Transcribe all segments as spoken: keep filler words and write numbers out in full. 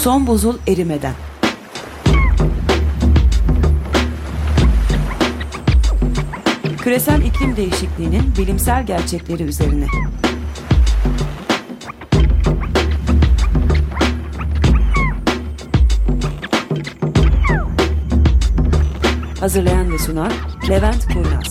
Son buzul erimeden. Küresel iklim değişikliğinin bilimsel gerçekleri üzerine. Hazırlayan ve sunan Levent Kurnaz.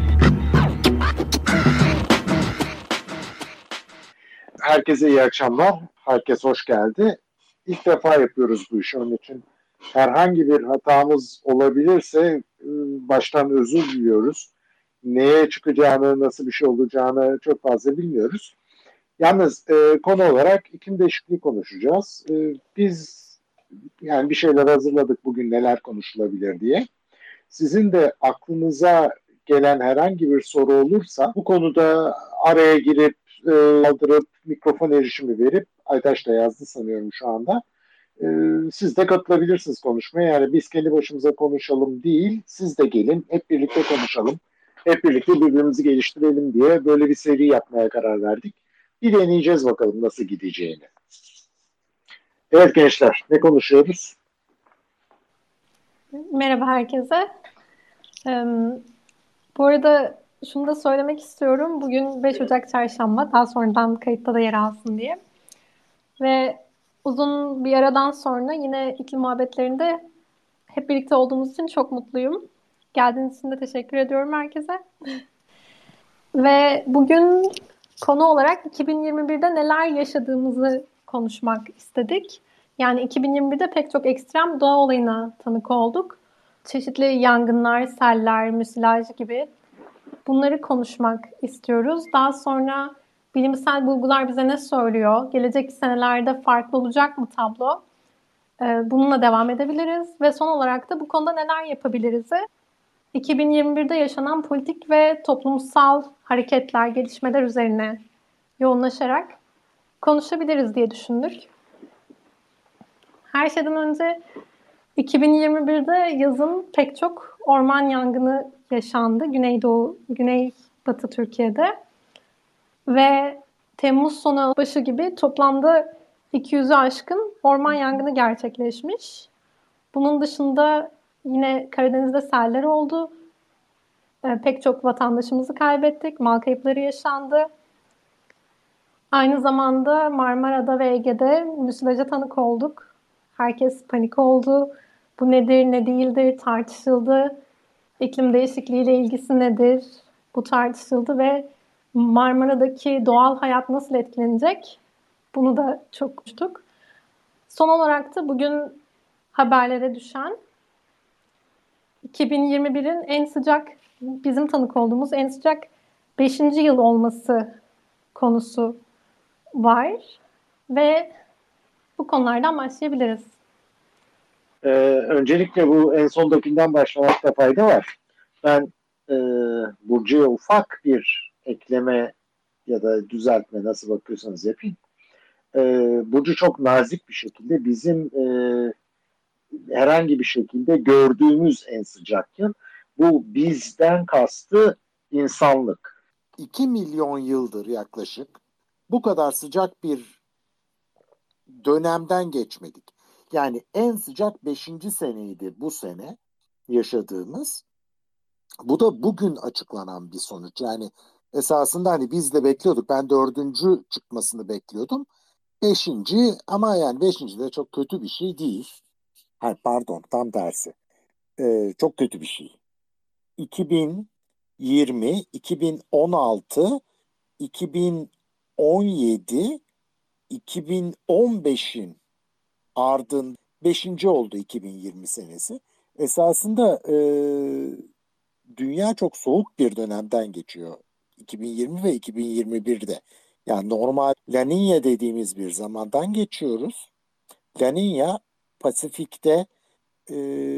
Herkese iyi akşamlar. Herkes hoş geldi. İlk defa yapıyoruz bu işi. Onun için herhangi bir hatamız olabilirse baştan özür diliyoruz. Neye çıkacağını, nasıl bir şey olacağını çok fazla bilmiyoruz. Yalnız e, konu olarak iklim değişikliği konuşacağız. E, biz yani bir şeyler hazırladık bugün neler konuşulabilir diye. Sizin de aklınıza gelen herhangi bir soru olursa bu konuda araya girip e, kaldırıp mikrofon erişimi verip Aytaş da yazdı sanıyorum şu anda. E, siz de katılabilirsiniz konuşmaya. Yani biz kendi başımıza konuşalım değil, siz de gelin hep birlikte konuşalım. Hep birlikte birbirimizi geliştirelim diye böyle bir seri yapmaya karar verdik. Bir deneyeceğiz bakalım nasıl gideceğini. Evet gençler, ne konuşuyoruz? Merhaba herkese. Ee, bu arada şunu da söylemek istiyorum. Bugün beş Ocak Çarşamba. Daha sonradan kayıtta da yer alsın diye. Ve uzun bir aradan sonra yine iklim muhabbetlerinde hep birlikte olduğumuz için çok mutluyum. Geldiğiniz için de teşekkür ediyorum herkese. Ve bugün konu olarak iki bin yirmi birde neler yaşadığımızı konuşmak istedik. Yani iki bin yirmi birde pek çok ekstrem doğa olayına tanık olduk. Çeşitli yangınlar, seller, müsilaj gibi bunları konuşmak istiyoruz. Daha sonra bilimsel bulgular bize ne söylüyor? Gelecek senelerde farklı olacak mı tablo? Bununla devam edebiliriz. Ve son olarak da bu konuda neler yapabiliriz? iki bin yirmi birde yaşanan politik ve toplumsal hareketler, gelişmeler üzerine yoğunlaşarak konuşabiliriz diye düşündük. Her şeyden önce iki bin yirmi birde yazın pek çok orman yangını yaşandı Güneydoğu, Güneybatı Türkiye'de ve Temmuz sonu başı gibi toplamda iki yüzü aşkın orman yangını gerçekleşmiş. Bunun dışında yine Karadeniz'de seller oldu. E, pek çok vatandaşımızı kaybettik. Mal kayıpları yaşandı. Aynı zamanda Marmara'da ve Ege'de müsilaja tanık olduk. Herkes panik oldu. Bu nedir, ne değildir tartışıldı. İklim değişikliğiyle ilgisi nedir? Bu tartışıldı ve Marmara'daki doğal hayat nasıl etkilenecek? Bunu da çok konuştuk. Son olarak da bugün haberlere düşen iki bin yirmi birin en sıcak, bizim tanık olduğumuz en sıcak beşinci yıl olması konusu var ve bu konulardan başlayabiliriz. Ee, öncelikle bu en sondakinden başlamakta fayda var. Ben e, Burcu'ya ufak bir ekleme ya da düzeltme nasıl bakıyorsanız yapayım. E, Burcu çok nazik bir şekilde bizim e, herhangi bir şekilde gördüğümüz en sıcak yıl. Bu bizden kastı insanlık. iki milyon yıldır yaklaşık bu kadar sıcak bir dönemden geçmedik. Yani en sıcak beşinci seneydi bu sene yaşadığımız. Bu da bugün açıklanan bir sonuç. Yani esasında hani biz de bekliyorduk. Ben dördüncü çıkmasını bekliyordum. Beşinci ama yani beşinci de çok kötü bir şey değil. Hayır pardon tam tersi. Ee, çok kötü bir şey. iki bin yirmi, iki bin on altı, iki bin on yedi, iki bin on beşin ardın beşinci oldu iki bin yirmi senesi. Esasında e, dünya çok soğuk bir dönemden geçiyor. iki bin yirmi ve iki bin yirmi birde. Yani normal La Niña dediğimiz bir zamandan geçiyoruz. La Niña Pasifik'te e,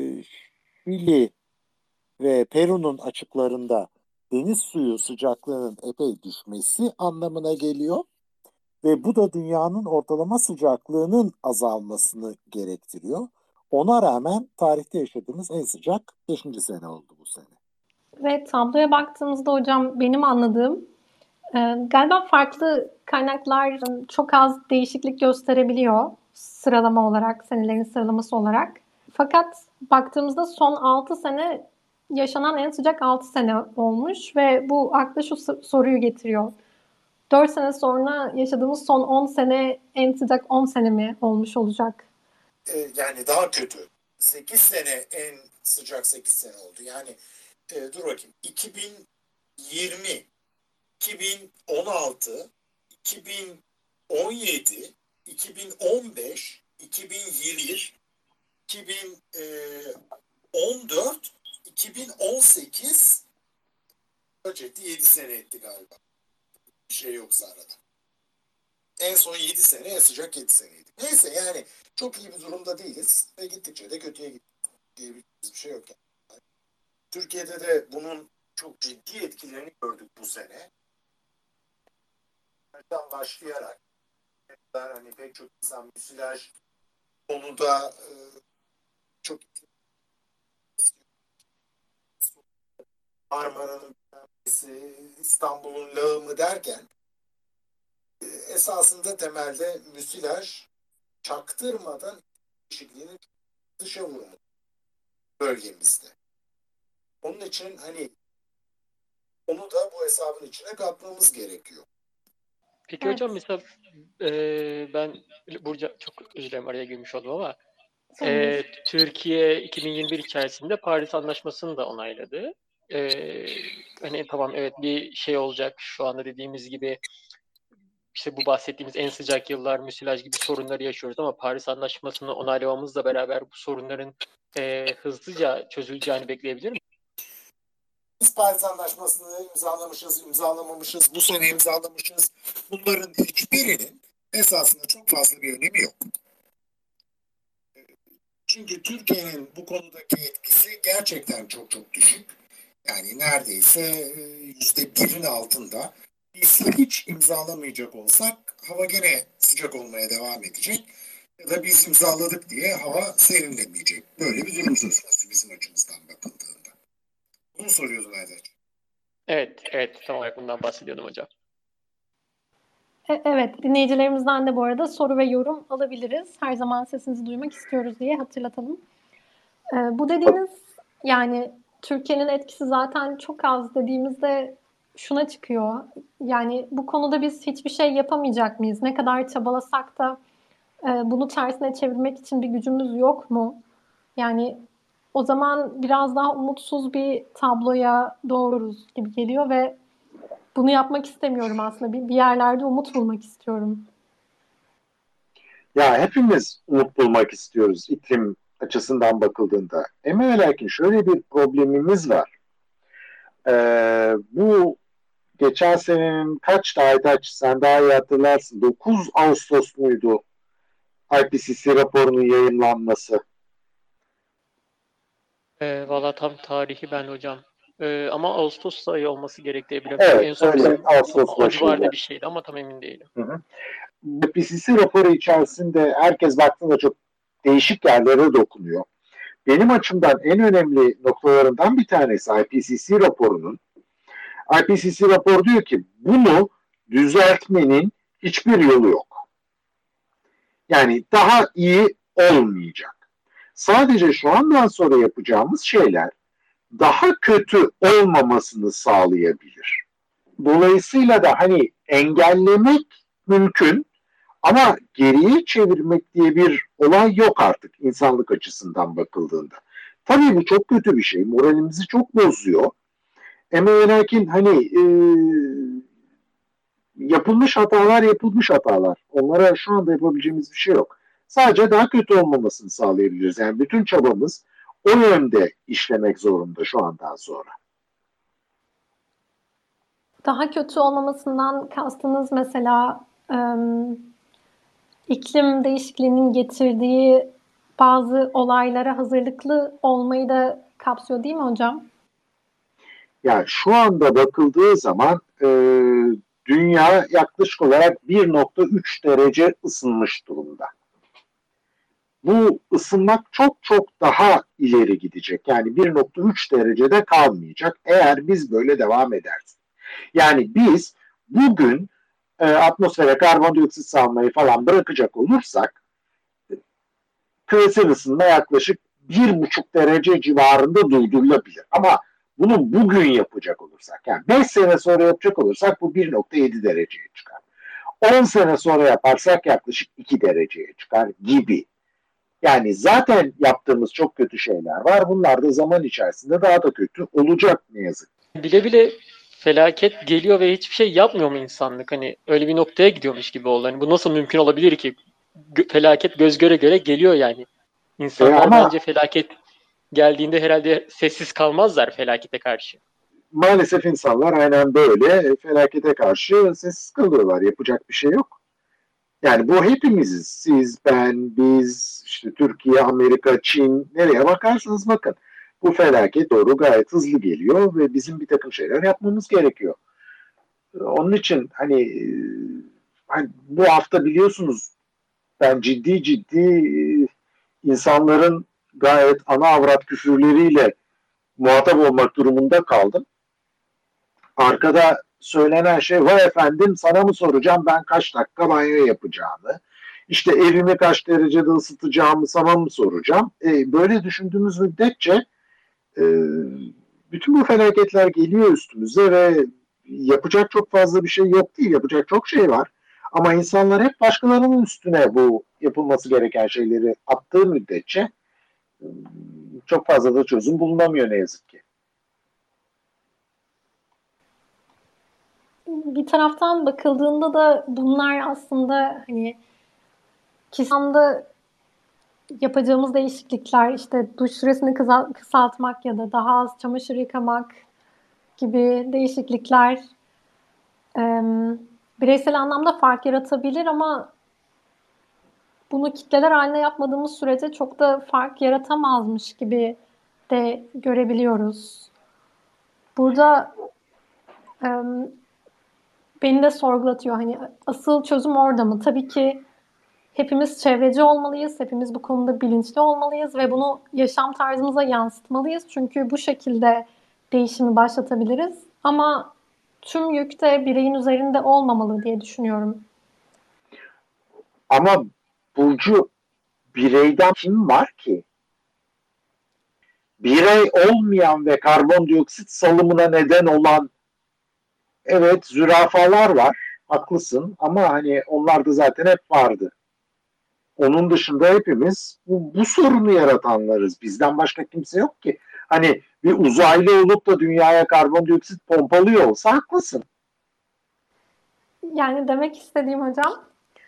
Şili ve Peru'nun açıklarında deniz suyu sıcaklığının epey düşmesi anlamına geliyor. Ve bu da dünyanın ortalama sıcaklığının azalmasını gerektiriyor. Ona rağmen tarihte yaşadığımız en sıcak beşinci sene oldu bu sene. Ve tabloya baktığımızda hocam benim anladığım e, galiba farklı kaynaklar çok az değişiklik gösterebiliyor. sıralama olarak, senelerin sıralaması olarak. Fakat baktığımızda son altı sene yaşanan en sıcak altı sene olmuş ve bu akla şu soruyu getiriyor. dört sene sonra yaşadığımız son on sene en sıcak on sene mi olmuş olacak? Ee, yani daha kötü. sekiz sene en sıcak sekiz sene oldu. Yani e, dur bakayım. iki bin yirmi, iki bin on altı, iki bin on yedi, iki bin on beş, iki bin yirmi, iki bin on dört, iki bin on sekiz kaç etti? yedi sene etti galiba. Bir şey yoksa arada. En son yedi sene, en sıcak yedi seneydi. Neyse yani çok iyi bir durumda değiliz ve gittikçe de kötüye gidiyor diyebileceğimiz bir şey yok yani. Türkiye'de de bunun çok ciddi etkilerini gördük bu sene. Nereden başlayarak hani pek çok insan müsilaj konuda e, çok Marmara'nın İstanbul'un lağımı derken e, esasında temelde müsilaj çaktırmadan eşitliğinin dışa vurumu bölgemizde. Onun için hani onu da bu hesabın içine katmamız gerekiyor. Peki evet. Hocam mesela e, ben Burcu çok özür dilerim araya girmiş oldum ama e, Türkiye iki bin yirmi bir içerisinde Paris Anlaşması'nı da onayladı. E, hani tamam evet bir şey olacak şu anda dediğimiz gibi işte bu bahsettiğimiz en sıcak yıllar, müsilaj gibi sorunları yaşıyoruz ama Paris Anlaşması'nı onaylamamızla beraber bu sorunların e, hızlıca çözüleceğini bekleyebilir miyiz? Biz Paris Anlaşması'nı imzalamışız, imzalamamışız, bu sene imzalamışız. Bunların hiçbirinin esasında çok fazla bir önemi yok. Çünkü Türkiye'nin bu konudaki etkisi gerçekten çok çok düşük. Yani neredeyse yüzde birin altında. Biz hiç imzalamayacak olsak hava gene sıcak olmaya devam edecek. Ya da biz imzaladık diye hava serinlemeyecek. Böyle bir durum söz konusu bizim açımızdan bakıldığında. Bunu soruyordun Aydaç. Evet, evet. Tam olarak bundan bahsediyordum hocam. E- evet, dinleyicilerimizden de bu arada soru ve yorum alabiliriz. Her zaman sesinizi duymak istiyoruz diye hatırlatalım. Ee, bu dediğiniz yani Türkiye'nin etkisi zaten çok az dediğimizde şuna çıkıyor. Yani bu konuda biz hiçbir şey yapamayacak mıyız? Ne kadar çabalasak da e, bunu tersine çevirmek için bir gücümüz yok mu? Yani o zaman biraz daha umutsuz bir tabloya doğururuz gibi geliyor ve bunu yapmak istemiyorum aslında. Bir, bir yerlerde umut bulmak istiyorum. Ya hepimiz umut bulmak istiyoruz iklim açısından bakıldığında. Ama ve lakin şöyle bir problemimiz var. Ee, bu geçen senenin kaçtı Aytaç? Sen daha iyi hatırlarsın. dokuz Ağustos muydu I P C C raporunun yayınlanması? E, Valla tam tarihi ben hocam. E, ama Ağustos ayı olması gerektiği bile. Evet, en son öyle. Ağustos o civarda başıydı. bir şeydi ama tam emin değilim. Hı hı. I P C C raporu içerisinde herkes baktığında çok değişik yerlere dokunuyor. Benim açımdan en önemli noktalarından bir tanesi I P C C raporunun. I P C C rapor diyor ki bunu düzeltmenin hiçbir yolu yok. Yani daha iyi olmayacak. Sadece şu andan sonra yapacağımız şeyler daha kötü olmamasını sağlayabilir. Dolayısıyla da hani engellemek mümkün ama geriye çevirmek diye bir olay yok artık insanlık açısından bakıldığında. Tabii bu çok kötü bir şey. Moralimizi çok bozuyor. Ama ve lakin hani e, yapılmış hatalar yapılmış hatalar. Onlara şu anda yapabileceğimiz bir şey yok. Sadece daha kötü olmamasını sağlayabiliriz. Yani bütün çabamız o yönde işlemek zorunda şu andan sonra. Daha kötü olmamasından kastınız mesela ım, iklim değişikliğinin getirdiği bazı olaylara hazırlıklı olmayı da kapsıyor değil mi hocam? Yani şu anda bakıldığı zaman e, dünya yaklaşık olarak bir nokta üç derece ısınmış durumda. Bu ısınmak çok çok daha ileri gidecek. Yani bir nokta üç derecede kalmayacak eğer biz böyle devam edersek. Yani biz bugün e, atmosfere karbondioksit salmayı falan bırakacak olursak küresel ısınma yaklaşık bir buçuk derece civarında durdurulabilir. Ama bunu bugün yapacak olursak, yani beş sene sonra yapacak olursak bu bir nokta yedi dereceye çıkar. on sene sonra yaparsak yaklaşık iki dereceye çıkar gibi. Yani zaten yaptığımız çok kötü şeyler var. Bunlar da zaman içerisinde daha da kötü olacak ne yazık. Bile bile felaket geliyor ve hiçbir şey yapmıyor mu insanlık? Hani öyle bir noktaya gidiyormuş gibi oldu. Hani bu nasıl mümkün olabilir ki? Gö- felaket göz göre göre geliyor yani. İnsanlar E ama bence felaket geldiğinde herhalde sessiz kalmazlar felakete karşı. maalesef insanlar aynen böyle felakete karşı sessiz kalıyorlar. Yapacak bir şey yok. Yani bu hepimiziz. Siz, ben, biz, işte Türkiye, Amerika, Çin, nereye bakarsanız bakın. Bu felaket doğru gayet hızlı geliyor ve bizim bir takım şeyler yapmamız gerekiyor. Onun için hani, hani bu hafta biliyorsunuz ben ciddi ciddi insanların gayet ana avrat küfürleriyle muhatap olmak durumunda kaldım. Arkada söylenen şey, vay efendim sana mı soracağım ben kaç dakika banyo yapacağımı, işte evimi kaç derecede ısıtacağımı sana mı soracağım. E, böyle düşündüğümüz müddetçe e, bütün bu felaketler geliyor üstümüze ve yapacak çok fazla bir şey yok değil, yapacak çok şey var. Ama insanlar hep başkalarının üstüne bu yapılması gereken şeyleri attığı müddetçe çok fazla da çözüm bulunamıyor ne yazık ki. Bir taraftan bakıldığında da bunlar aslında hani kişisel yapacağımız değişiklikler, işte duş süresini kısaltmak ya da daha az çamaşır yıkamak gibi değişiklikler e, bireysel anlamda fark yaratabilir ama bunu kitleler haline yapmadığımız sürece çok da fark yaratamazmış gibi de görebiliyoruz. Burada e, beni de sorgulatıyor. Hani asıl çözüm orada mı? Tabii ki hepimiz çevreci olmalıyız, hepimiz bu konuda bilinçli olmalıyız ve bunu yaşam tarzımıza yansıtmalıyız. Çünkü bu şekilde değişimi başlatabiliriz. Ama tüm yük de bireyin üzerinde olmamalı diye düşünüyorum. Ama Burcu, bireyden kim var ki? Birey olmayan ve karbondioksit salımına neden olan, evet, zürafalar var, haklısın, ama hani onlar da zaten hep vardı. Onun dışında hepimiz bu, bu sorunu yaratanlarız. Bizden başka kimse yok ki. Hani bir uzaylı olup da dünyaya karbondioksit pompalıyor olsa haklısın. Yani demek istediğim hocam,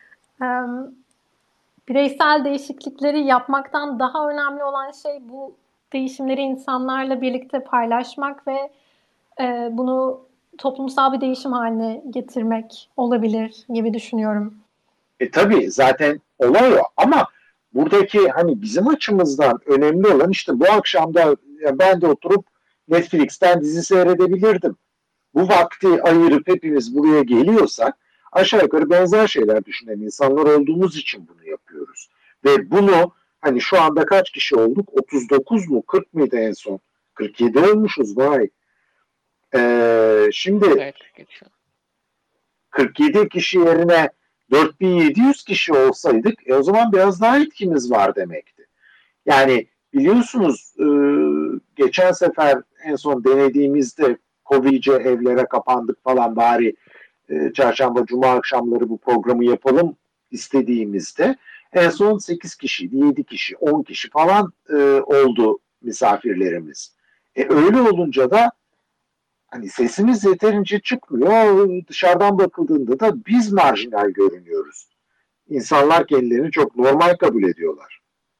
bireysel değişiklikleri yapmaktan daha önemli olan şey bu değişimleri insanlarla birlikte paylaşmak ve bunu toplumsal bir değişim haline getirmek olabilir gibi düşünüyorum. E tabii zaten olay o, ama buradaki hani bizim açımızdan önemli olan, işte bu akşam da ben de oturup Netflix'ten dizi seyredebilirdim. Bu vakti ayırıp hepimiz buraya geliyorsak aşağı yukarı benzer şeyler düşünen insanlar olduğumuz için bunu yapıyoruz. Ve bunu hani şu anda kaç kişi olduk? otuz dokuz mu? kırk mıydı en son? kırk yedi olmuşuz vay. Ee, şimdi Evet, kırk yedi kişi yerine dört bin yedi yüz kişi olsaydık e, o zaman biraz daha etkimiz var demekti. Yani biliyorsunuz e, geçen sefer en son denediğimizde Covid'ce evlere kapandık falan, bari e, çarşamba cuma akşamları bu programı yapalım istediğimizde en son sekiz kişiydi, yedi kişi, on kişi falan e, oldu misafirlerimiz. E, öyle olunca da hani sesimiz yeterince çıkmıyor. Dışarıdan bakıldığında da biz marjinal görünüyoruz. İnsanlar kendilerini çok normal kabul ediyorlar.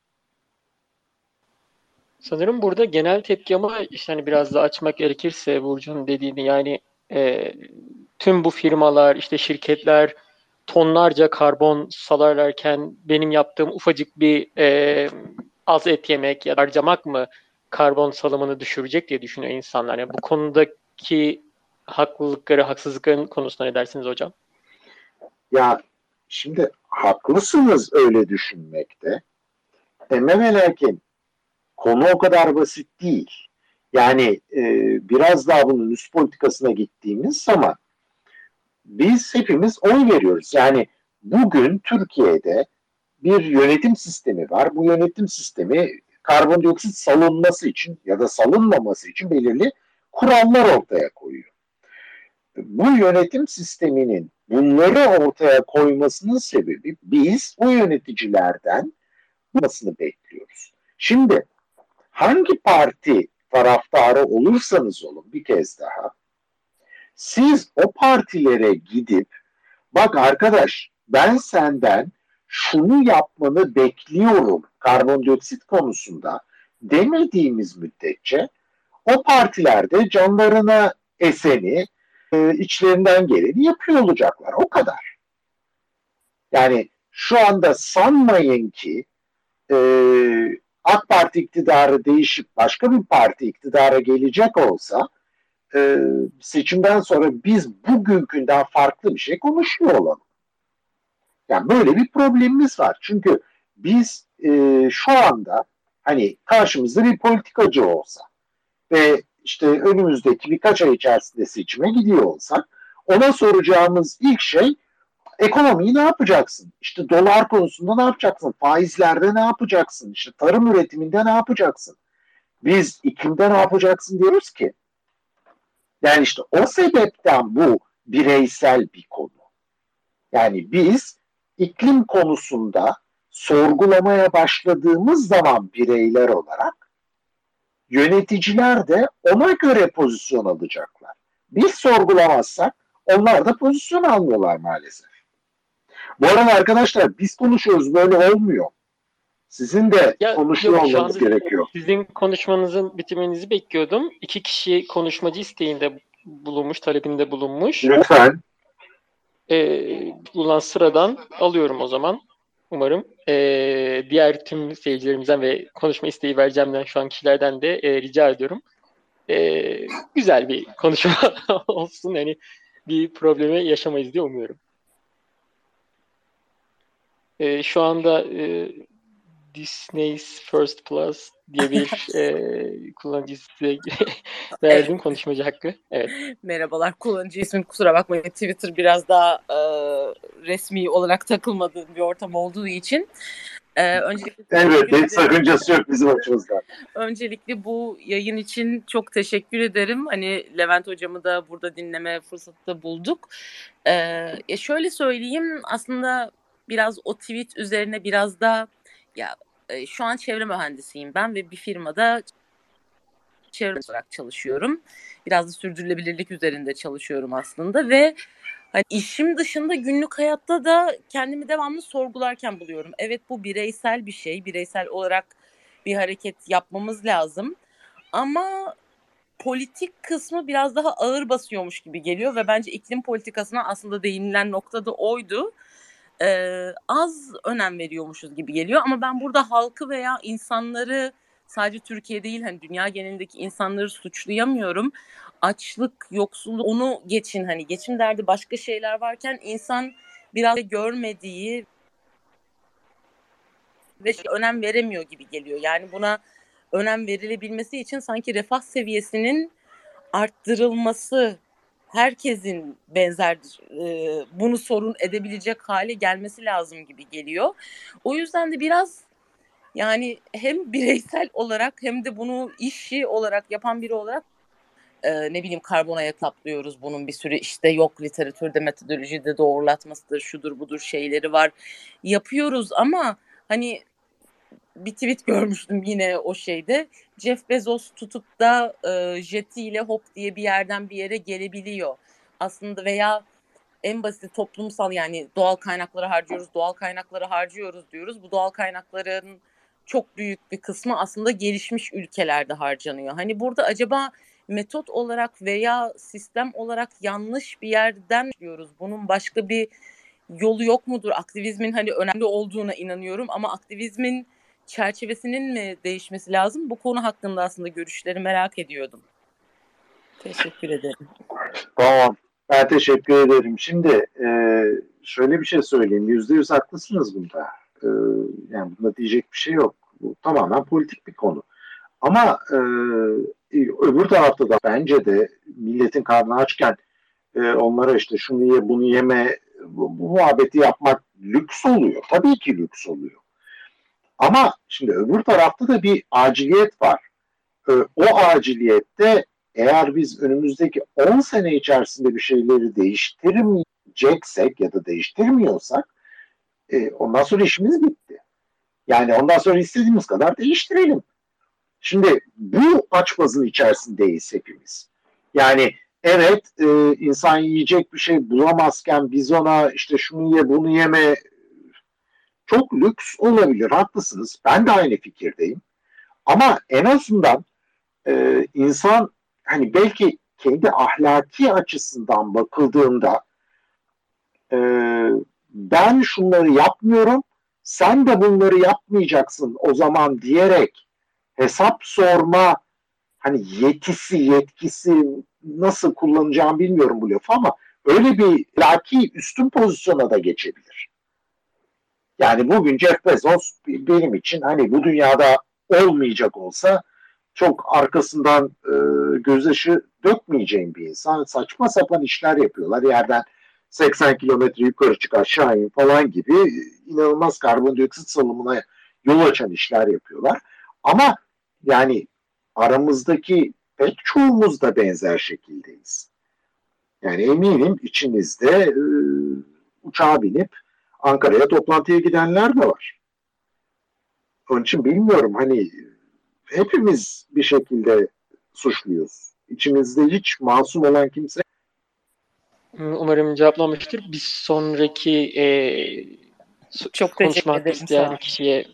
Sanırım burada genel tepki, ama işte hani biraz da açmak gerekirse Burcu'nun dediğini, yani e, tüm bu firmalar, işte şirketler tonlarca karbon salarlarken benim yaptığım ufacık bir e, az et yemek ya da harcamak mı karbon salımını düşürecek diye düşünüyor insanlar. Yani bu konudaki haklılıkları, haksızlıkların konusunda ne dersiniz hocam? Ya şimdi haklısınız öyle düşünmekte. Ama ve lakin konu o kadar basit değil. Yani e, biraz daha bunun üst politikasına gittiğimiz zaman biz hepimiz oy veriyoruz. Yani bugün Türkiye'de bir yönetim sistemi var. Bu yönetim sistemi karbondioksit salınması için ya da salınmaması için belirli kurallar ortaya koyuyor. Bu yönetim sisteminin bunları ortaya koymasının sebebi biz o yöneticilerden olmasını bekliyoruz. Şimdi hangi parti taraftarı olursanız olun bir kez daha siz o partilere gidip bak arkadaş ben senden şunu yapmanı bekliyorum karbondioksit konusunda demediğimiz müddetçe o partilerde canlarına eseni, e, içlerinden geleni yapıyor olacaklar. O kadar. Yani şu anda sanmayın ki e, AK Parti iktidarı değişip başka bir parti iktidara gelecek olsa e, seçimden sonra biz bugünkünden farklı bir şey konuşuyor olalım. Yani böyle bir problemimiz var. Çünkü biz e, şu anda hani karşımızda bir politikacı olsa ve işte önümüzdeki birkaç ay içerisinde seçime gidiyor olsak ona soracağımız ilk şey ekonomiyi ne yapacaksın? İşte dolar konusunda ne yapacaksın? Faizlerde ne yapacaksın? İşte tarım üretiminde ne yapacaksın? Biz iklimde ne yapacaksın diyoruz ki. Yani işte o sebepten bu bireysel bir konu. Yani biz iklim konusunda sorgulamaya başladığımız zaman bireyler olarak yöneticiler de ona göre pozisyon alacaklar. Biz sorgulamazsak onlar da pozisyon almıyorlar maalesef. Bu arada arkadaşlar biz konuşuyoruz böyle olmuyor. Sizin de Ya, konuşuyor yok, şu olmanız anda gerekiyor. Sizin konuşmanızın bitirmenizi bekliyordum. İki kişi konuşmacı isteğinde bulunmuş, talebinde bulunmuş. Lütfen. Ee, bulunan sıradan alıyorum o zaman. Umarım. Ee, diğer tüm seyircilerimizden ve konuşma isteği vereceğimden şu an kişilerden de e, rica ediyorum. Ee, güzel bir konuşma olsun. Yani bir problemi yaşamayız diye umuyorum. Ee, şu anda e, Disney's First Plus diye bir e, kullanıcı size verdim Evet. konuşmacı hakkı. Evet. Merhabalar, kullanıcı ismim kusura bakmayın. Twitter biraz daha e, resmi olarak takılmadığım bir ortam olduğu için. E, öncelikle Elbette sakıncası yok bizim açımızdan. Öncelikle bu yayın için çok teşekkür ederim. Hani Levent hocamı da burada dinleme fırsatı da bulduk. E, ya şöyle söyleyeyim, aslında biraz o tweet üzerine biraz da ya e, şu an çevre mühendisiyim ben ve bir firmada çevre olarak çalışıyorum. Biraz da sürdürülebilirlik üzerinde çalışıyorum aslında ve hani işim dışında günlük hayatta da kendimi devamlı sorgularken buluyorum. Evet, bu bireysel bir şey. Bireysel olarak bir hareket yapmamız lazım. Ama politik kısmı biraz daha ağır basıyormuş gibi geliyor ve bence iklim politikasına aslında değinilen nokta da oydu. Ee, az önem veriyormuşuz gibi geliyor ama ben burada halkı veya insanları sadece Türkiye değil hani dünya genelindeki insanları suçlayamıyorum. Açlık, yoksulluk onu geçin hani geçim derdi başka şeyler varken insan biraz görmediği ve önem veremiyor gibi geliyor. Yani buna önem verilebilmesi için sanki refah seviyesinin arttırılması, herkesin benzer e, bunu sorun edebilecek hale gelmesi lazım gibi geliyor. O yüzden de biraz yani hem bireysel olarak hem de bunu işi olarak yapan biri olarak e, ne bileyim karbon ayak hesaplıyoruz. Bunun bir sürü işte yok literatürde metodolojide doğrulatmasıdır, şudur budur şeyleri var. Yapıyoruz ama hani bir tweet görmüştüm yine o şeyde. Jeff Bezos tutup da e, jetiyle hop diye bir yerden bir yere gelebiliyor. Aslında veya en basit toplumsal yani doğal kaynakları harcıyoruz, doğal kaynakları harcıyoruz diyoruz. Bu doğal kaynakların çok büyük bir kısmı aslında gelişmiş ülkelerde harcanıyor. Hani burada acaba metot olarak veya sistem olarak yanlış bir yerden diyoruz. Bunun başka bir yolu yok mudur? Aktivizmin hani önemli olduğuna inanıyorum ama aktivizmin çerçevesinin mi değişmesi lazım? Bu konu hakkında aslında görüşleri merak ediyordum. Teşekkür ederim. Tamam. Ben teşekkür ederim. Şimdi e, şöyle bir şey söyleyeyim. Yüzde yüz haklısınız bunda. E, yani bunda diyecek bir şey yok. Bu tamamen politik bir konu. Ama e, öbür tarafta da bence de milletin karnı açken e, onlara işte şunu ye bunu yeme bu, bu muhabbeti yapmak lüks oluyor. Tabii ki lüks oluyor. Ama şimdi öbür tarafta da bir aciliyet var. O aciliyette eğer biz önümüzdeki on sene içerisinde bir şeyleri değiştirmeyeceksek ya da değiştirmiyorsak ondan sonra işimiz bitti. Yani ondan sonra istediğimiz kadar değiştirelim. Şimdi bu açmazın içerisindeyiz hepimiz. Yani evet e, insan yiyecek bir şey bulamazken biz ona işte şunu ye bunu yeme çok lüks olabilir, haklısınız. Ben de aynı fikirdeyim. Ama en azından e, insan hani belki kendi ahlaki açısından bakıldığında e, ben şunları yapmıyorum, sen de bunları yapmayacaksın o zaman diyerek hesap sorma hani yetisi, yetkisi nasıl kullanacağımı bilmiyorum bu lafı ama öyle bir ahlaki üstün pozisyona da geçebilir. Yani bugün Jeff Bezos benim için hani bu dünyada olmayacak olsa çok arkasından e, gözyaşı dökmeyeceğim bir insan. Saçma sapan işler yapıyorlar. Yerden seksen kilometre yukarı çık aşağı in falan gibi inanılmaz karbondioksit salımına yol açan işler yapıyorlar. Ama yani aramızdaki pek çoğumuz da benzer şekildeyiz. Yani eminim içinizde e, uçağa binip Ankara'ya toplantıya gidenler de var. Onun için bilmiyorum hani hepimiz bir şekilde suçluyuz. İçimizde hiç masum olan kimse. Umarım cevaplamıştır. Bir sonraki e, Çok konuşmak isteyen kişiye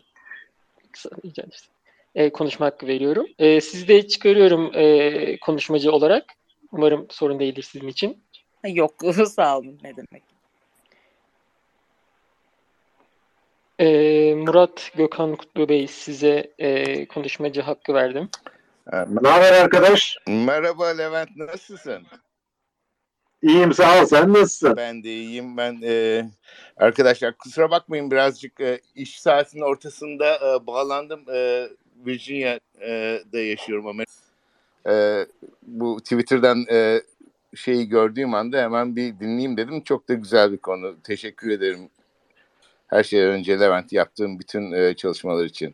e, konuşma hakkı veriyorum. E, sizi de çıkarıyorum e, konuşmacı olarak. Umarım sorun değildir sizin için. Yok, sağ olun. Ne demek? E, Murat Gökhan Kutlu Bey, size e, konuşmacı hakkı verdim. Ne haber arkadaş? Merhaba Levent, nasılsın? İyiyim sağ ol, sen nasılsın? Ben de iyiyim. Ben e, arkadaşlar kusura bakmayın birazcık e, iş saatinin ortasında e, bağlandım. E, Virginia'da yaşıyorum ama e, bu Twitter'dan e, şeyi gördüğüm anda hemen bir dinleyeyim dedim. Çok da güzel bir konu. Teşekkür ederim. Her şeyden önce Levent yaptığım bütün e, çalışmalar için.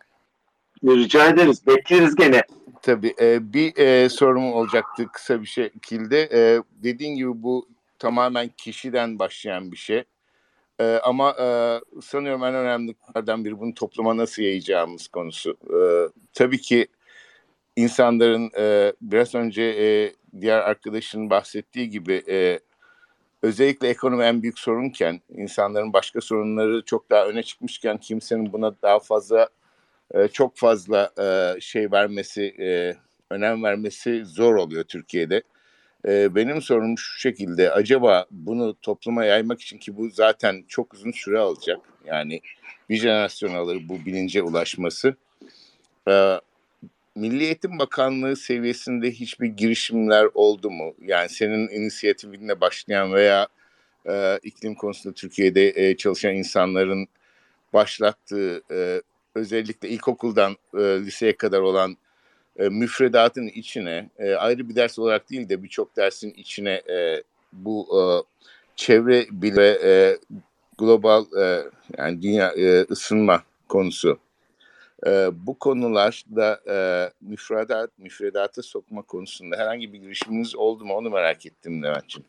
Rica ederiz. Bekleriz gene. Tabii. E, bir e, sorum olacaktı kısa bir şekilde. E, dediğin gibi bu tamamen kişiden başlayan bir şey. E, ama e, sanıyorum en önemlilerden biri bunu topluma nasıl yayacağımız konusu. E, tabii ki insanların e, biraz önce e, diğer arkadaşın bahsettiği gibi e, özellikle ekonomi en büyük sorunken, insanların başka sorunları çok daha öne çıkmışken kimsenin buna daha fazla e, çok fazla e, şey vermesi, e, önem vermesi zor oluyor Türkiye'de. E, benim sorum şu şekilde: acaba bunu topluma yaymak için, ki bu zaten çok uzun süre alacak, yani bir jenerasyon alır bu bilince ulaşması. E, Milli Eğitim Bakanlığı seviyesinde hiçbir girişimler oldu mu? Yani senin inisiyatifinle başlayan veya e, iklim konusunda Türkiye'de e, çalışan insanların başlattığı, e, özellikle ilkokuldan e, liseye kadar olan e, müfredatın içine e, ayrı bir ders olarak değil de birçok dersin içine e, bu e, çevre bilimi ve e, global e, yani dünya e, ısınma konusu, e, bu konularda e, müfredat müfredata sokma konusunda herhangi bir girişiminiz oldu mu, onu merak ettim Levent'ciğim.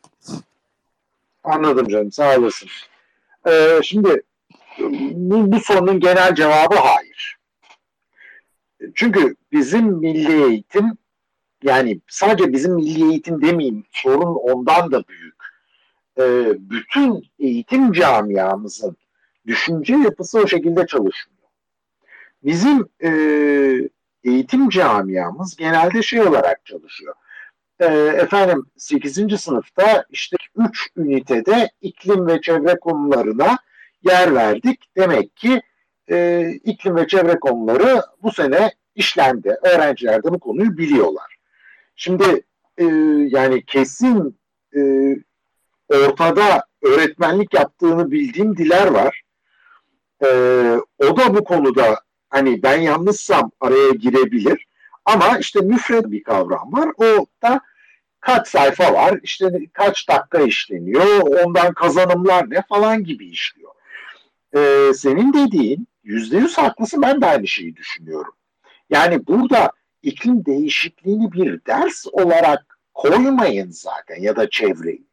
Anladım canım, sağ olasın. Ee, şimdi bu, bu sorunun genel cevabı hayır. Çünkü bizim milli eğitim, yani sadece bizim milli eğitim demeyeyim, sorun ondan da büyük. Ee, bütün eğitim camiamızın düşünce yapısı o şekilde çalışmıyor. Bizim e, eğitim camiamız genelde şey olarak çalışıyor. E, efendim sekizinci sınıfta işte üç ünitede iklim ve çevre konularına yer verdik. Demek ki e, iklim ve çevre konuları bu sene işlendi. Öğrenciler de bu konuyu biliyorlar. Şimdi e, yani kesin e, ortada öğretmenlik yaptığını bildiğim diler var. E, o da bu konuda hani ben yanlışsam araya girebilir. Ama işte müfred bir kavram var. O da kaç sayfa var, işte kaç dakika işleniyor, ondan kazanımlar ne falan gibi işliyor. Ee, senin dediğin yüzde yüz haklısın, ben de aynı şeyi düşünüyorum. Yani burada iklim değişikliğini bir ders olarak koymayın zaten ya da çevreyi.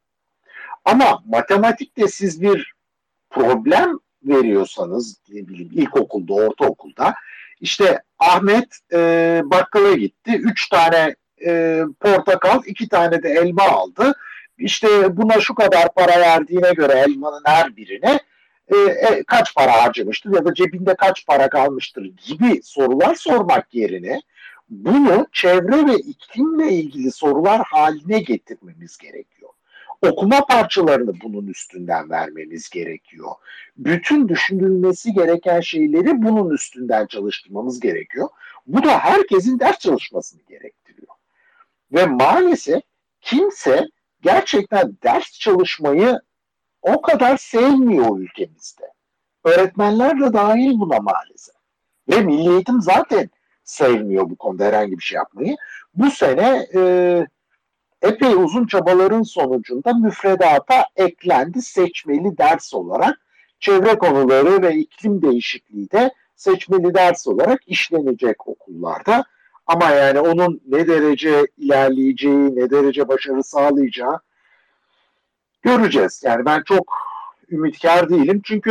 Ama matematikte siz bir problem veriyorsanız, ne bileyim ilkokulda, ortaokulda, işte Ahmet e, bakkala gitti, üç tane e, portakal, iki tane de elma aldı. İşte buna şu kadar para verdiğine göre elmanın her birine e, e, kaç para harcamıştır ya da cebinde kaç para kalmıştır gibi sorular sormak yerine bunu çevre ve iklimle ilgili sorular haline getirmemiz gerekiyor. Okuma parçalarını bunun üstünden vermemiz gerekiyor. Bütün düşünülmesi gereken şeyleri bunun üstünden çalıştırmamız gerekiyor. Bu da herkesin ders çalışmasını gerektiriyor. Ve maalesef kimse gerçekten ders çalışmayı o kadar sevmiyor ülkemizde. Öğretmenler de dahil buna maalesef. Ve Milli Eğitim zaten sevmiyor bu konuda herhangi bir şey yapmayı. Bu sene e, epey uzun çabaların sonucunda müfredata eklendi seçmeli ders olarak. Çevre konuları ve iklim değişikliği de seçmeli ders olarak işlenecek okullarda. Ama yani onun ne derece ilerleyeceği, ne derece başarı sağlayacağı göreceğiz. Yani ben çok ümitkar değilim. Çünkü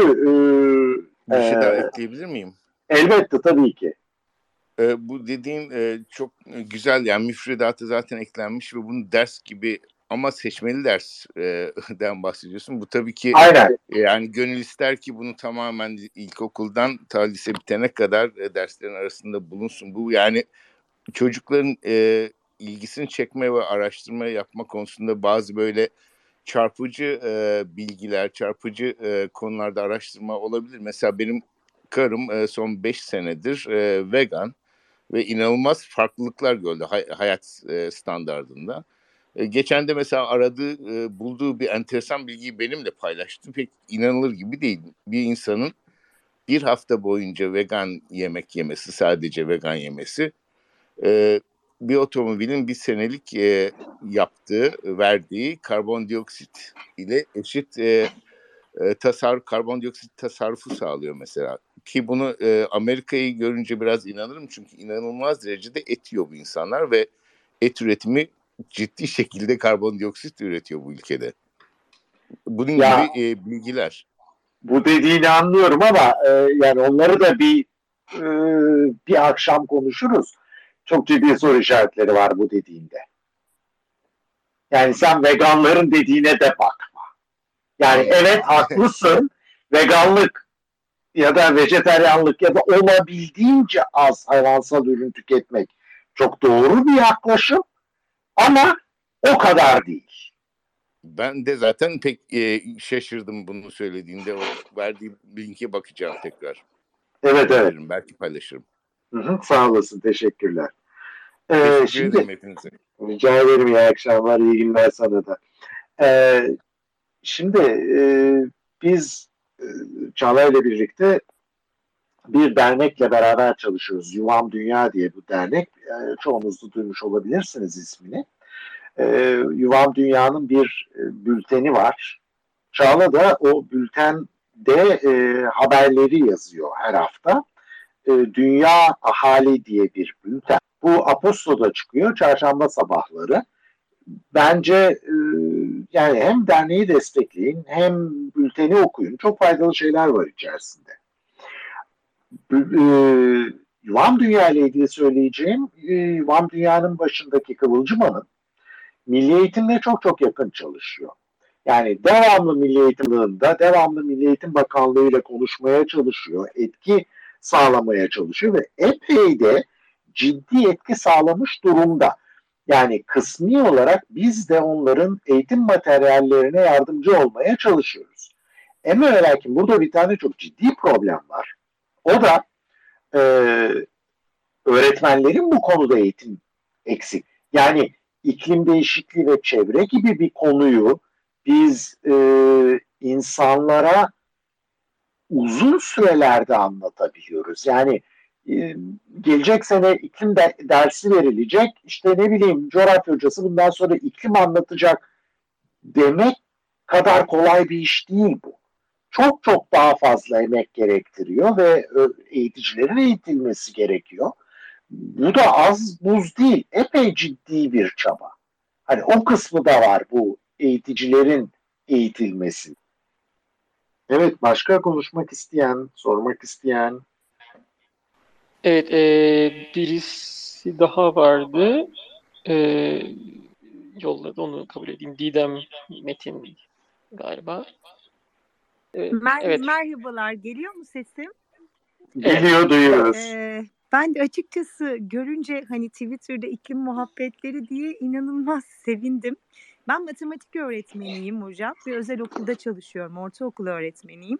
e, Bir şey daha e, ekleyebilir miyim? elbette tabii ki. E, bu dediğin e, çok güzel, yani müfredatı zaten eklenmiş ve bunu ders gibi ama seçmeli dersten bahsediyorsun. Bu tabii ki Aynen. e, yani gönül ister ki bunu tamamen ilkokuldan ta lise bitene kadar e, derslerin arasında bulunsun. Bu yani çocukların e, ilgisini çekme ve araştırma yapma konusunda bazı böyle çarpıcı e, bilgiler, çarpıcı e, konularda araştırma olabilir. Mesela benim karım e, son beş senedir e, vegan ve inanılmaz farklılıklar gördü hay- hayat e, standardında. E, geçen de mesela aradığı, e, bulduğu bir enteresan bilgiyi benimle paylaştı. Pek inanılır gibi değil. Bir insanın bir hafta boyunca vegan yemek yemesi, sadece vegan yemesi, e, bir otomobilin bir senelik e, yaptığı, verdiği karbondioksit ile eşit e, e, tasarruf, karbondioksit tasarrufu sağlıyor mesela. Ki bunu e, Amerika'yı görünce biraz inanırım, çünkü inanılmaz derecede et yiyor bu insanlar ve et üretimi ciddi şekilde karbondioksit üretiyor bu ülkede. Bunun Ya, gibi e, bilgiler. bu dediğini anlıyorum ama e, yani onları da bir e, bir akşam konuşuruz. Çok ciddi soru işaretleri var bu dediğinde. Yani sen veganların dediğine de bakma. Yani Anladım. evet haklısın. Veganlık ya da vejeteryanlık ya da olabildiğince az hayvansal ürün tüketmek çok doğru bir yaklaşım ama o kadar değil. Ben de zaten pek e, şaşırdım bunu söylediğinde. O verdiği linke bakacağım tekrar. Evet evet. Veririm, belki paylaşırım. Hı hı, sağ olasın. Teşekkürler. Ee, Teşekkür şimdi, ederim hepinize. rica ederim. İyi akşamlar, iyi günler sana da. Ee, şimdi e, biz e, Çağla ile birlikte bir dernekle beraber çalışıyoruz. Yuvam Dünya diye bu dernek. E, çoğunuz da duymuş olabilirsiniz ismini. E, Yuvam Dünya'nın bir e, bülteni var. Çağla da o bültende e, haberleri yazıyor her hafta. E, Dünya Ahali diye bir bülten. Bu Aposto'da çıkıyor çarşamba sabahları. Bence e, yani hem derneği destekleyin hem bülteni okuyun. Çok faydalı şeyler var içerisinde. E, Yuvam Dünya ile ilgili söyleyeceğim, e, Yuvam Dünya'nın başındaki Kıvılcım Hanım Milli Eğitimle çok çok yakın çalışıyor. Yani devamlı Milli Eğitim'de, devamlı Milli Eğitim Bakanlığı ile konuşmaya çalışıyor, etki sağlamaya çalışıyor ve epey de ciddi etki sağlamış durumda. Yani kısmi olarak biz de onların eğitim materyallerine yardımcı olmaya çalışıyoruz. Ama ve lakin burada bir tane çok ciddi problem var. O da e, öğretmenlerin bu konuda eğitim eksik. Yani iklim değişikliği ve çevre gibi bir konuyu biz e, insanlara uzun sürelerde anlatabiliyoruz. Yani e, gelecek sene iklim de, dersi verilecek. İşte ne bileyim coğrafya hocası bundan sonra iklim anlatacak demek kadar kolay bir iş değil bu. Çok çok daha fazla emek gerektiriyor ve eğiticilerin eğitilmesi gerekiyor. Bu da az buz değil. Epey ciddi bir çaba. Hani o kısmı da var bu eğiticilerin eğitilmesi. Evet, başka konuşmak isteyen, sormak isteyen. Evet, e, birisi daha vardı. E, yolladı, onu kabul edeyim. Didem Metin galiba. Evet, Mer- evet. Merhabalar, geliyor mu sesim? Geliyor, duyuyoruz. Ee, ben de açıkçası görünce hani Twitter'da iklim muhabbetleri diye inanılmaz sevindim. Ben matematik öğretmeniyim hocam ve özel okulda çalışıyorum, ortaokul öğretmeniyim.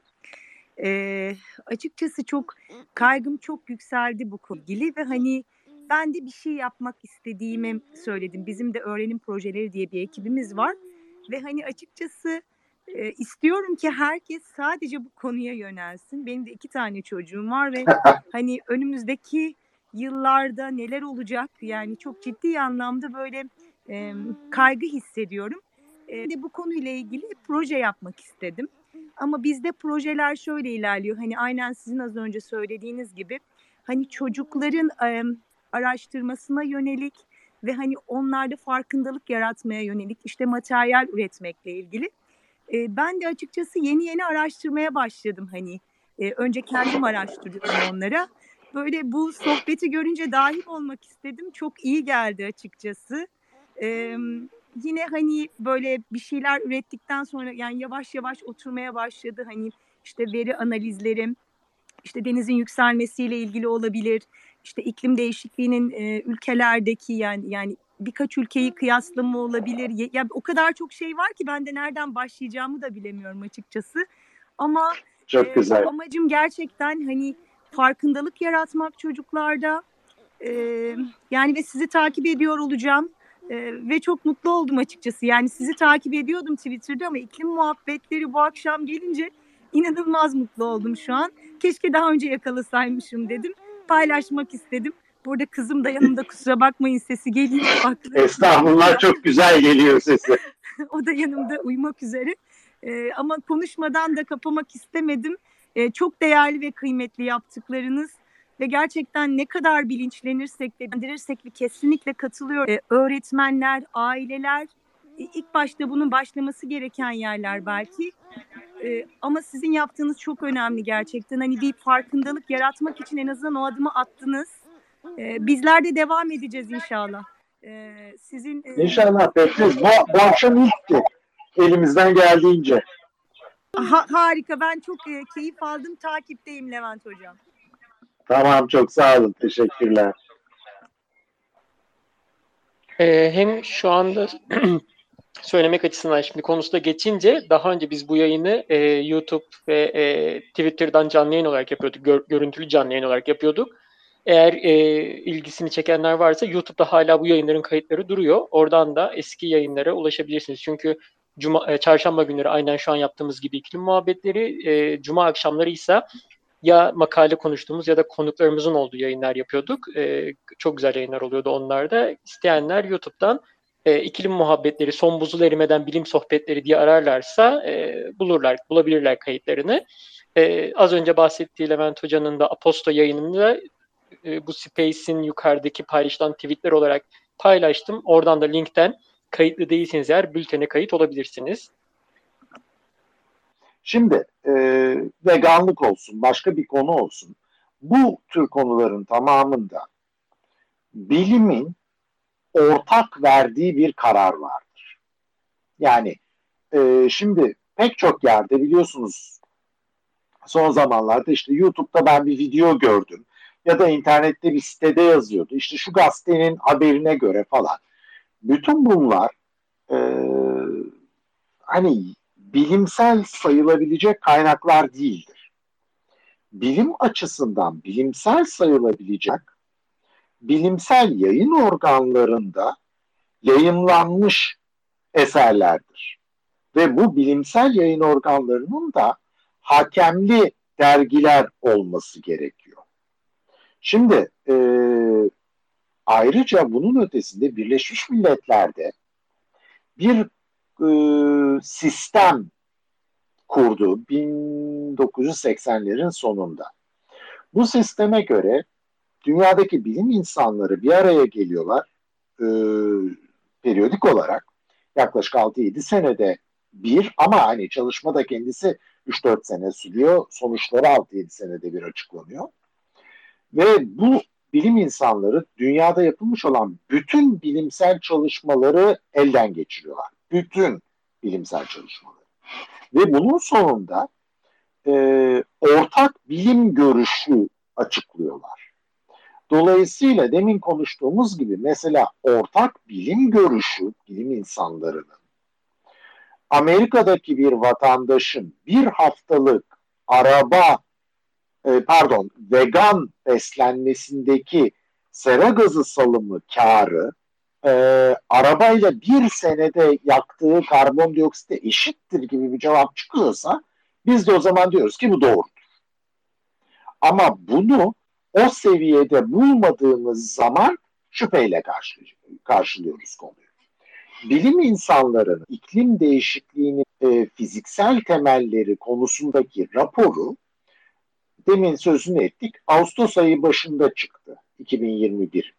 Ee, açıkçası çok kaygım çok yükseldi bu konuyla ilgili ve hani ben de bir şey yapmak istediğimi söyledim. Bizim de öğrenim projeleri diye bir ekibimiz var ve hani açıkçası e, istiyorum ki herkes sadece bu konuya yönelsin. Benim de iki tane çocuğum var ve hani önümüzdeki yıllarda neler olacak yani çok ciddi anlamda böyle e, kaygı hissediyorum. E, de bu konuyla ilgili proje yapmak istedim. Ama bizde projeler şöyle ilerliyor. Hani aynen sizin az önce söylediğiniz gibi hani çocukların e, araştırmasına yönelik ve hani onlarda farkındalık yaratmaya yönelik işte materyal üretmekle ilgili. E, ben de açıkçası yeni yeni araştırmaya başladım hani. E, önce kendim araştırıyorum onlara. Böyle bu sohbeti görünce dahil olmak istedim. Çok iyi geldi açıkçası. E, yine hani böyle bir şeyler ürettikten sonra yani yavaş yavaş oturmaya başladı. Hani işte veri analizlerim, işte denizin yükselmesiyle ilgili olabilir. İşte iklim değişikliğinin e, ülkelerdeki yani yani birkaç ülkeyi kıyaslama olabilir. Ya, ya o kadar çok şey var ki ben de nereden başlayacağımı da bilemiyorum açıkçası. Ama Çok e, güzel. amacım gerçekten hani farkındalık yaratmak çocuklarda. E, yani ve sizi takip ediyor olacağım. E, ve çok mutlu oldum açıkçası. Yani sizi takip ediyordum Twitter'da ama iklim muhabbetleri bu akşam gelince inanılmaz mutlu oldum şu an. Keşke daha önce yakalasaymışım dedim. Paylaşmak istedim. Burada kızım da yanımda, kusura bakmayın sesi geliyor. Farklı. Estağfurullah, çok güzel geliyor sesi. O da yanımda uyumak üzere. Ee, ama konuşmadan da kapamak istemedim. Ee, çok değerli ve kıymetli yaptıklarınız ve gerçekten ne kadar bilinçlenirsek ve bildirirsek ve kesinlikle katılıyorum. Ee, öğretmenler, aileler e, ilk başta bunun başlaması gereken yerler belki. Ee, ama sizin yaptığınız çok önemli gerçekten. Hani bir farkındalık yaratmak için en azından o adımı attınız. Ee, bizler de devam edeceğiz inşallah. Ee, sizin e... İnşallah bekleriz. Bu, bu akşam ilkti. Elimizden geldiğince. Ha, harika. Ben çok e, keyif aldım. Takipteyim Levent Hocam. Tamam, çok sağ olun. Teşekkürler. Ee, hem şu anda söylemek açısından şimdi konusuna geçince daha önce biz bu yayını e, YouTube ve e, Twitter'dan canlı yayın olarak yapıyorduk. Gör, görüntülü canlı yayın olarak yapıyorduk. Eğer e, ilgisini çekenler varsa YouTube'da hala bu yayınların kayıtları duruyor. Oradan da eski yayınlara ulaşabilirsiniz. Çünkü Cuma, e, çarşamba günleri aynen şu an yaptığımız gibi iklim muhabbetleri, e, Cuma akşamları ise ya makale konuştuğumuz ya da konuklarımızın olduğu yayınlar yapıyorduk. E, çok güzel yayınlar oluyordu onlarda. İsteyenler YouTube'dan e, iklim muhabbetleri, son buzul erimeden bilim sohbetleri diye ararlarsa e, bulurlar, bulabilirler kayıtlarını. E, az önce bahsettiği Levent Hoca'nın da Aposto yayınında e, bu Space'in yukarıdaki paylaşılan tweetler olarak paylaştım. Oradan da linkten kayıtlı değilseniz eğer bültene kayıt olabilirsiniz. Şimdi e, veganlık olsun, başka bir konu olsun. Bu tür konuların tamamında bilimin ortak verdiği bir karar vardır. Yani e, şimdi pek çok yerde biliyorsunuz son zamanlarda işte YouTube'da ben bir video gördüm ya da internette bir sitede yazıyordu. İşte şu gazetenin haberine göre falan. Bütün bunlar e, hani bilimsel sayılabilecek kaynaklar değildir. Bilim açısından bilimsel sayılabilecek bilimsel yayın organlarında yayınlanmış eserlerdir. Ve bu bilimsel yayın organlarının da hakemli dergiler olması gerekiyor. Şimdi e, ayrıca bunun ötesinde Birleşmiş Milletler'de bir e, sistem kurdu bin dokuz yüz seksenlerin sonunda. Bu sisteme göre dünyadaki bilim insanları bir araya geliyorlar e, periyodik olarak yaklaşık altı yedi senede bir, ama hani çalışma da kendisi üç dört sene sürüyor. Sonuçları altı yedi senede bir açıklanıyor. Ve bu bilim insanları dünyada yapılmış olan bütün bilimsel çalışmaları elden geçiriyorlar. Bütün bilimsel çalışmaları. Ve bunun sonunda e, ortak bilim görüşü açıklıyorlar. Dolayısıyla demin konuştuğumuz gibi mesela ortak bilim görüşü bilim insanlarının Amerika'daki bir vatandaşın bir haftalık araba e, pardon vegan beslenmesindeki sera gazı salımı kârı e, arabayla bir senede yaktığı karbondioksite eşittir gibi bir cevap çıkıyorsa biz de o zaman diyoruz ki bu doğrudur. Ama bunu o seviyede bulmadığımız zaman şüpheyle karşılıyoruz konuyu. Bilim insanlarının iklim değişikliğinin e, fiziksel temelleri konusundaki raporu demin sözünü ettik. Ağustos ayı başında çıktı iki bin yirmi bir.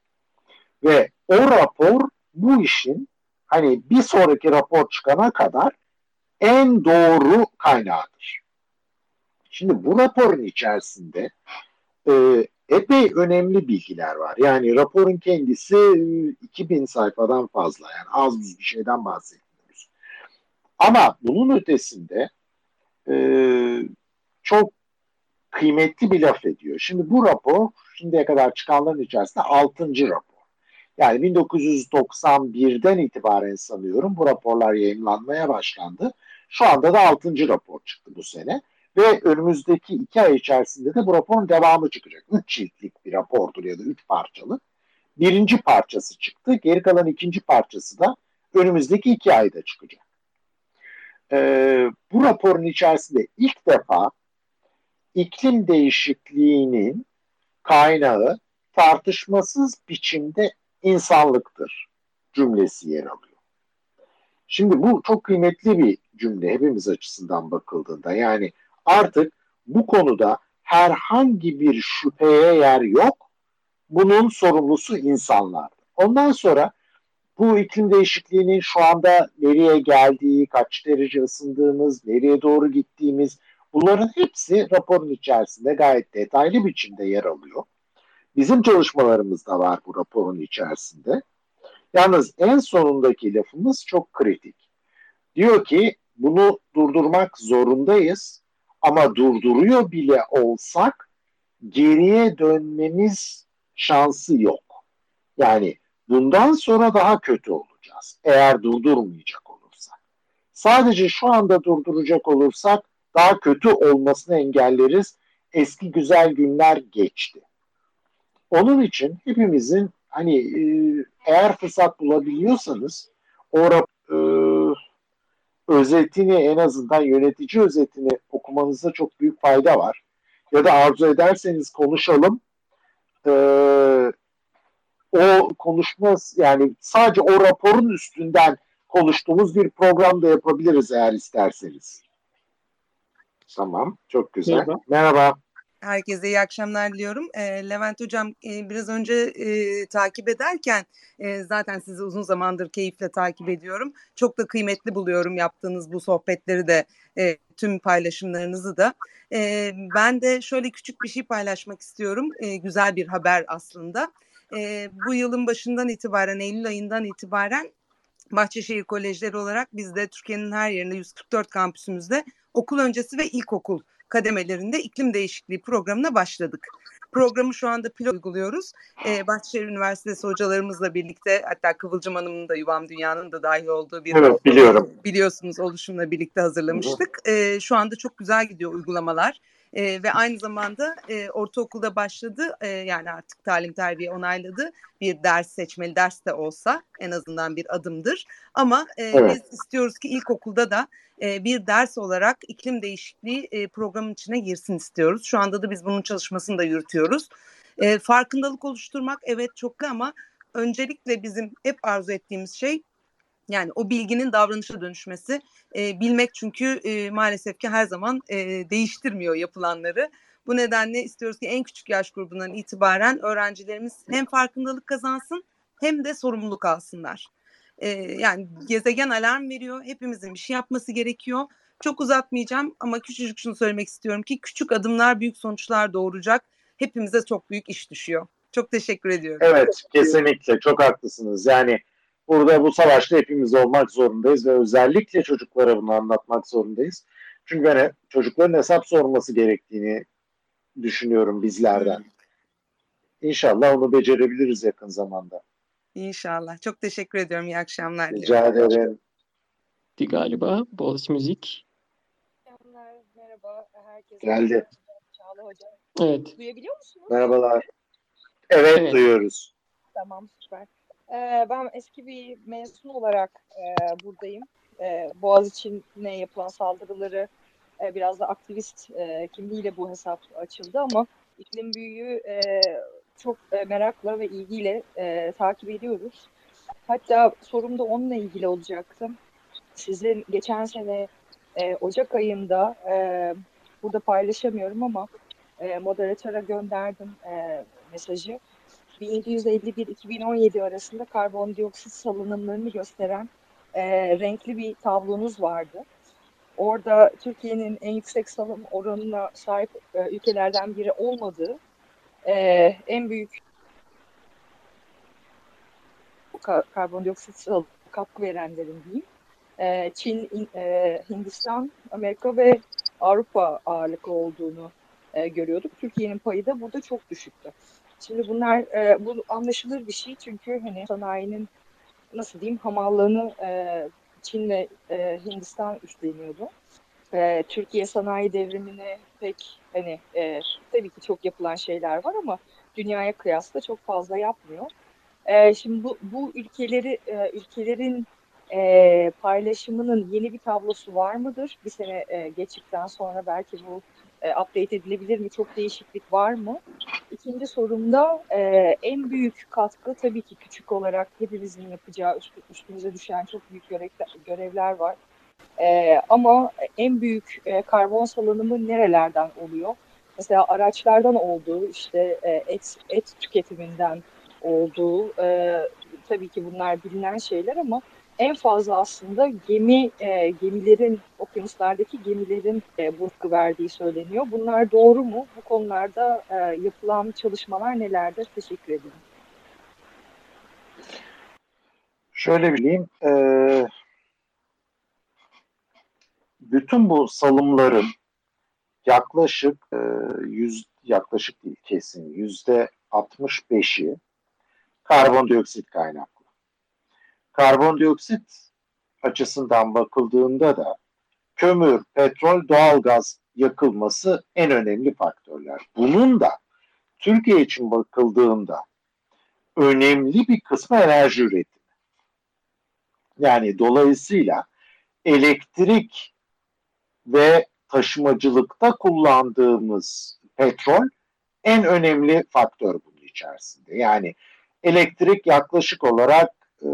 Ve o rapor bu işin hani bir sonraki rapor çıkana kadar en doğru kaynağıdır. Şimdi bu raporun içerisinde e, epey önemli bilgiler var. Yani raporun kendisi iki bin sayfadan fazla. Yani az bir şeyden bahsediyoruz. Ama bunun ötesinde e, çok kıymetli bir laf ediyor. Şimdi bu rapor şimdiye kadar çıkanların içerisinde altıncı rapor. Yani bin dokuz yüz doksan birden itibaren sanıyorum bu raporlar yayınlanmaya başlandı. Şu anda da altıncı rapor çıktı bu sene. Ve önümüzdeki iki ay içerisinde de bu raporun devamı çıkacak. Üç ciltlik bir rapordur ya da üç parçalı. Birinci parçası çıktı. Geri kalan ikinci parçası da önümüzdeki iki ayda çıkacak. Ee, bu raporun içerisinde ilk defa iklim değişikliğinin kaynağı tartışmasız biçimde insanlıktır cümlesi yer alıyor. Şimdi bu çok kıymetli bir cümle hepimiz açısından bakıldığında. Yani artık bu konuda herhangi bir şüpheye yer yok. Bunun sorumlusu insanlar. Ondan sonra bu iklim değişikliğinin şu anda nereye geldiği, kaç derece ısındığımız, nereye doğru gittiğimiz, bunların hepsi raporun içerisinde gayet detaylı biçimde yer alıyor. Bizim çalışmalarımız da var bu raporun içerisinde. Yalnız en sonundaki lafımız çok kritik. Diyor ki bunu durdurmak zorundayız ama durduruyor bile olsak geriye dönmemiz şansı yok. Yani bundan sonra daha kötü olacağız eğer durdurmayacak olursak. Sadece şu anda durduracak olursak daha kötü olmasını engelleriz. Eski güzel günler geçti. Onun için hepimizin hani eğer fırsat bulabiliyorsanız o e, özetini en azından yönetici özetini okumanızda çok büyük fayda var. Ya da arzu ederseniz konuşalım. Ee, o konuşma yani sadece o raporun üstünden konuştuğumuz bir program da yapabiliriz eğer isterseniz. Tamam, çok güzel. Merhaba. Merhaba. Herkese iyi akşamlar diliyorum. E, Levent Hocam e, biraz önce e, takip ederken e, zaten sizi uzun zamandır keyifle takip ediyorum. Çok da kıymetli buluyorum yaptığınız bu sohbetleri de e, tüm paylaşımlarınızı da. E, ben de şöyle küçük bir şey paylaşmak istiyorum. E, güzel bir haber aslında. E, bu yılın başından itibaren Eylül ayından itibaren Bahçeşehir Kolejleri olarak biz de Türkiye'nin her yerinde yüz kırk dört kampüsümüzde okul öncesi ve ilkokul kademelerinde iklim değişikliği programına başladık. Programı şu anda pilot uyguluyoruz. Ee, Bahçeşehir Üniversitesi hocalarımızla birlikte, hatta Kıvılcım Hanım'ın da Yuvam Dünya'nın da dahil olduğu bir evet, biliyorum. biliyorsunuz oluşumla birlikte hazırlamıştık. Ee, şu anda çok güzel gidiyor uygulamalar. Ee, ve aynı zamanda e, ortaokulda başladı, e, yani artık talim terbiye onayladı, bir ders seçmeli ders de olsa en azından bir adımdır. Ama e, evet. biz istiyoruz ki ilkokulda da e, bir ders olarak iklim değişikliği e, programın içine girsin istiyoruz. Şu anda da biz bunun çalışmasını da yürütüyoruz. E, farkındalık oluşturmak evet çok ama öncelikle bizim hep arzu ettiğimiz şey yani o bilginin davranışa dönüşmesi. E, bilmek çünkü e, maalesef ki her zaman e, değiştirmiyor yapılanları. Bu nedenle istiyoruz ki en küçük yaş grubundan itibaren öğrencilerimiz hem farkındalık kazansın hem de sorumluluk alsınlar. E, yani gezegen alarm veriyor. Hepimizin bir şey yapması gerekiyor. Çok uzatmayacağım ama küçücük şunu söylemek istiyorum ki küçük adımlar büyük sonuçlar doğuracak. Hepimize çok büyük iş düşüyor. Çok teşekkür ediyorum. Evet, kesinlikle çok haklısınız. Yani burada bu savaşta hepimiz olmak zorundayız ve özellikle çocuklara bunu anlatmak zorundayız. Çünkü ben hep çocukların hesap sorması gerektiğini düşünüyorum bizlerden. İnşallah onu becerebiliriz yakın zamanda. İnşallah. Çok teşekkür ediyorum. İyi akşamlar diliyorum. Rica ederim. Galiba Boğaziçi Müzik. Merhaba herkese. Geldi. Çağla Hocam. Evet. Duyabiliyor musunuz? Merhabalar. Evet, Evet. duyuyoruz. Tamam, süper. Ee, ben eski bir mezun olarak e, buradayım. E, Boğaziçi'ne yapılan saldırıları e, biraz da aktivist e, kimliğiyle bu hesap açıldı ama iklim büyüğü e, çok e, merakla ve ilgiyle e, takip ediyoruz. Hatta sorum da onunla ilgili olacaktı. Sizin geçen sene e, Ocak ayında e, burada paylaşamıyorum ama e, moderatöre gönderdim e, mesajı. bin yedi yüz elli bir iki bin on yedi arasında karbondioksit salınımlarını gösteren e, renkli bir tablonuz vardı. Orada Türkiye'nin en yüksek salım oranına sahip e, ülkelerden biri olmadığı, e, en büyük ka- karbondioksit salınımı katkı verenlerin diyeyim. E, Çin, in- e, Hindistan, Amerika ve Avrupa ağırlıklı olduğunu e, görüyorduk. Türkiye'nin payı da burada çok düşüktü. Şimdi bunlar e, bu anlaşılır bir şey çünkü hani sanayinin nasıl diyeyim hamallığını e, Çin ve e, Hindistan üstleniyordu. E, Türkiye sanayi devrimine pek hani e, tabii ki çok yapılan şeyler var ama dünyaya kıyasla çok fazla yapmıyor. E, şimdi bu, bu ülkeleri e, ülkelerin e, paylaşımının yeni bir tablosu var mıdır? Bir sene e, geçtikten sonra belki bu e, update edilebilir mi? Çok değişiklik var mı? İkinci sorumda e, en büyük katkı tabii ki küçük olarak hepimizin yapacağı üst, üstümüze düşen çok büyük görev, görevler var. E, ama en büyük e, karbon salınımı nerelerden oluyor? Mesela araçlardan olduğu, işte e, et, et tüketiminden olduğu, e, tabii ki bunlar bilinen şeyler ama en fazla aslında gemi e, gemilerin, okyanuslardaki gemilerin e, bu verdiği söyleniyor. Bunlar doğru mu? Bu konularda e, yapılan çalışmalar nelerdir? Teşekkür ederim. Şöyle bileyim, e, bütün bu salımların yaklaşık e, yüz yaklaşık değil kesin yüzde altmış beşi karbondioksit kaynaklı. Karbondioksit açısından bakıldığında da kömür, petrol, doğalgaz yakılması en önemli faktörler. Bunun da Türkiye için bakıldığında önemli bir kısmı enerji üretimi. Yani dolayısıyla elektrik ve taşımacılıkta kullandığımız petrol en önemli faktör bunun içerisinde. Yani elektrik yaklaşık olarak e,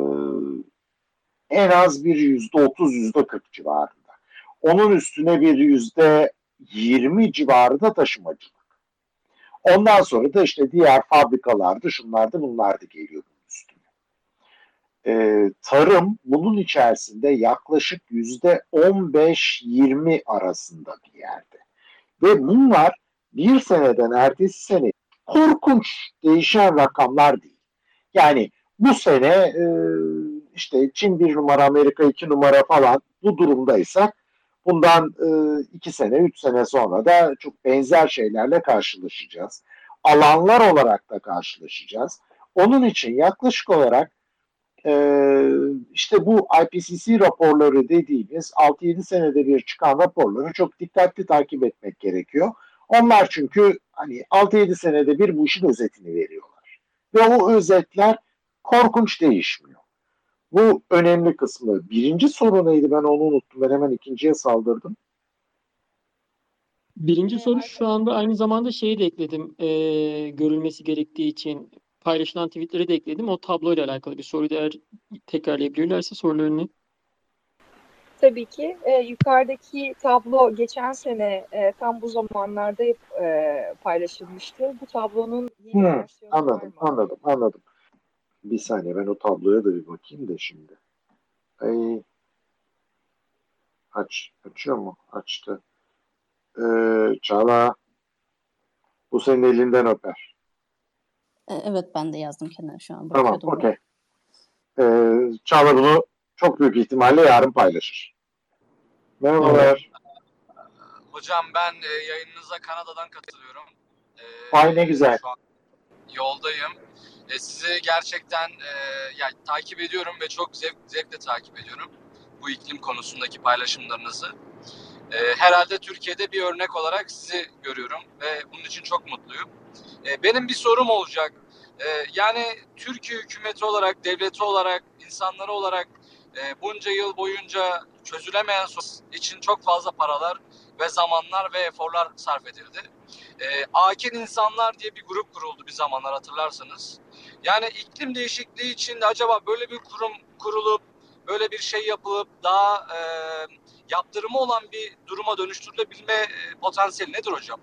en az bir yüzde otuz, yüzde kırk civarında. Onun üstüne bir yüzde yirmi civarında taşımacılık. Ondan sonra da işte diğer fabrikalarda şunlarda bunlar da geliyor bunun üstüne. Ee, tarım bunun içerisinde yaklaşık yüzde on beş yirmi arasında bir yerde. Ve bunlar bir seneden ertesi sene korkunç değişen rakamlar değil. Yani bu sene e, işte Çin bir numara, Amerika iki numara falan bu durumdaysak bundan e, iki sene, üç sene sonra da çok benzer şeylerle karşılaşacağız. Alanlar olarak da karşılaşacağız. Onun için yaklaşık olarak e, işte bu I P C C raporları dediğimiz altı yedi senede bir çıkan raporları çok dikkatli takip etmek gerekiyor. Onlar çünkü hani altı yedi senede bir bu işin özetini veriyorlar. Ve o özetler korkunç değişmiyor. Bu önemli kısmı. Birinci soru neydi? Ben onu unuttum. Ben hemen ikinciye saldırdım. Birinci E, soru arka- şu anda aynı zamanda şeyi de ekledim. Ee, görülmesi gerektiği için paylaşılan tweetleri de ekledim. O tabloyla alakalı bir soru da eğer tekrarlayabilirlerse sorularını. Tabii ki. E, yukarıdaki tablo geçen sene e, tam bu zamanlarda e, paylaşılmıştı. Bu tablonun yeni Hı, versiyonu var anladım, mı? anladım, anladım. Bir saniye ben o tabloya da bir bakayım da şimdi. Ay, aç, açıyor mu? Açtı. Ee, Çağla, bu senin elinden öper. E, Evet ben de yazdım kenara şu an Tamam, bakıyordum da. okey. Ee, Çağla bunu çok büyük ihtimalle yarın paylaşır. Merhabalar. Hocam ben e, yayınınıza Kanada'dan katılıyorum. E, Ay ne güzel. Şu an yoldayım. E, sizi gerçekten e, yani takip ediyorum ve çok zevk, zevkle takip ediyorum bu iklim konusundaki paylaşımlarınızı. E, herhalde Türkiye'de bir örnek olarak sizi görüyorum ve bunun için çok mutluyum. E, benim bir sorum olacak. E, yani Türkiye hükümeti olarak, devleti olarak, insanları olarak e, bunca yıl boyunca çözülemeyen sorun için çok fazla paralar ve zamanlar ve eforlar sarf edildi. E, Akil İnsanlar diye bir grup kuruldu bir zamanlar hatırlarsanız. Yani iklim değişikliği için de acaba böyle bir kurum kurulup, böyle bir şey yapılıp daha e, yaptırımı olan bir duruma dönüştürülebilme e, potansiyeli nedir hocam?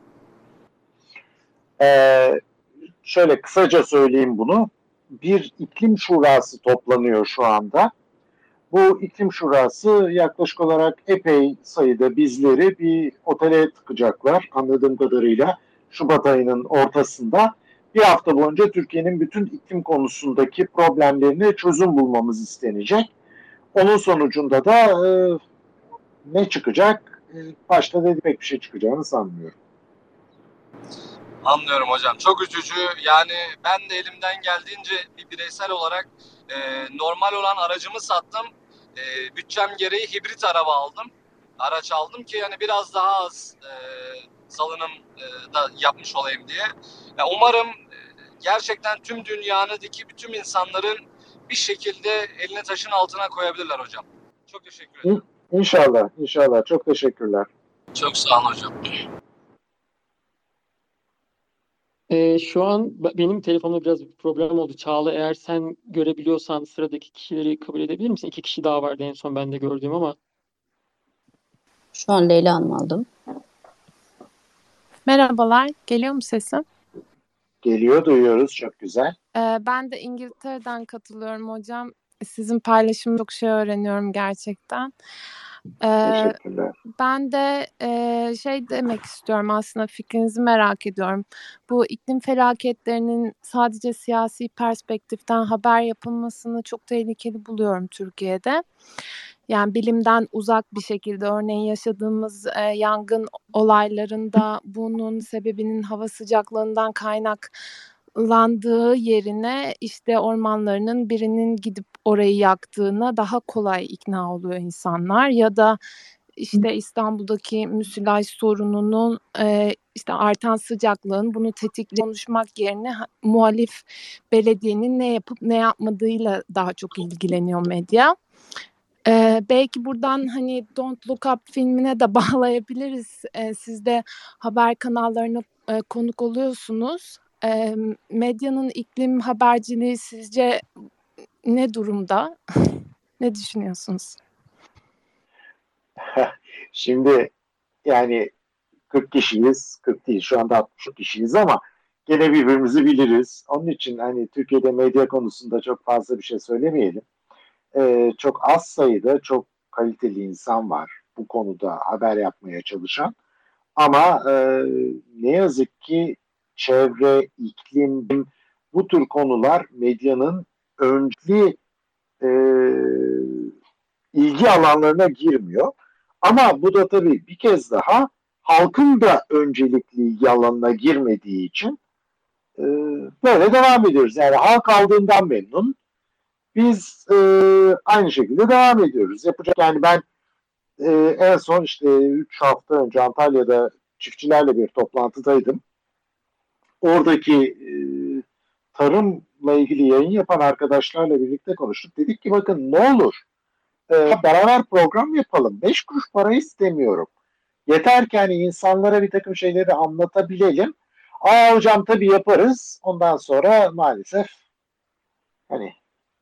Ee, şöyle kısaca söyleyeyim bunu. Bir iklim şurası toplanıyor şu anda. Bu iklim şurası yaklaşık olarak epey sayıda bizleri bir otele tıkacaklar anladığım kadarıyla Şubat ayının ortasında. Bir hafta boyunca Türkiye'nin bütün iklim konusundaki problemlerine çözüm bulmamız istenecek. Onun sonucunda da e, ne çıkacak? E, başta da pek bir şey çıkacağını sanmıyorum. Anlıyorum hocam. Çok üzücü. Yani ben de elimden geldiğince bir bireysel olarak e, normal olan aracımı sattım. E, bütçem gereği hibrit araba aldım. Araç aldım ki yani biraz daha az e, salınım e, da yapmış olayım diye. Yani umarım e, gerçekten tüm dünyanıdaki bütün insanların bir şekilde elini taşın altına koyabilirler hocam. Çok teşekkür ederim. İnşallah, inşallah. Çok teşekkürler. Çok sağ olun hocam. Ee, şu an benim telefonumda biraz bir problem oldu. Çağla eğer sen görebiliyorsan sıradaki kişileri kabul edebilir misin? İki kişi daha vardı en son ben de gördüğüm ama. Şu an Leyla Hanım aldım. Merhabalar, geliyor mu sesim? Geliyor, duyuyoruz. Çok güzel. Ee, ben de İngiltere'den katılıyorum hocam. Sizin paylaşımı çok şey öğreniyorum gerçekten. Ee, Teşekkürler. ben de e, şey demek istiyorum aslında fikrinizi merak ediyorum. Bu iklim felaketlerinin sadece siyasi perspektiften haber yapılmasını çok tehlikeli buluyorum Türkiye'de. Yani bilimden uzak bir şekilde örneğin yaşadığımız e, yangın olaylarında bunun sebebinin hava sıcaklığından kaynaklandığı yerine işte ormanlarının birinin gidip orayı yaktığına daha kolay ikna oluyor insanlar ya da işte İstanbul'daki müsilaj sorununun e, işte artan sıcaklığın bunu tetikle konuşmak yerine ha, muhalif belediyenin ne yapıp ne yapmadığıyla daha çok ilgileniyor medya. Ee, belki buradan hani Don't Look Up filmine de bağlayabiliriz. Ee, siz de haber kanallarına e, konuk oluyorsunuz. Ee, medyanın iklim haberciliği sizce ne durumda? Ne düşünüyorsunuz? Şimdi yani kırk kişiyiz, kırk değil şu anda altmış kişiyiz ama gene birbirimizi biliriz. Onun için hani Türkiye'de medya konusunda çok fazla bir şey söylemeyelim. Ee, çok az sayıda çok kaliteli insan var bu konuda haber yapmaya çalışan. Ama e, ne yazık ki çevre, iklim, bu tür konular medyanın öncelikli e, ilgi alanlarına girmiyor. Ama bu da tabii bir kez daha halkın da öncelikli ilgi alanına girmediği için e, böyle devam ediyoruz. Yani halk aldığından memnun. Biz e, aynı şekilde devam ediyoruz. Yapacak yani ben e, en son işte üç hafta önce Antalya'da çiftçilerle bir toplantıdaydım. Oradaki e, tarımla ilgili yayın yapan arkadaşlarla birlikte konuştuk. Dedik ki bakın ne olur e, beraber program yapalım. Beş kuruş para istemiyorum. Yeter ki hani insanlara bir takım şeyleri anlatabilelim. Aa hocam tabii yaparız. Ondan sonra maalesef hani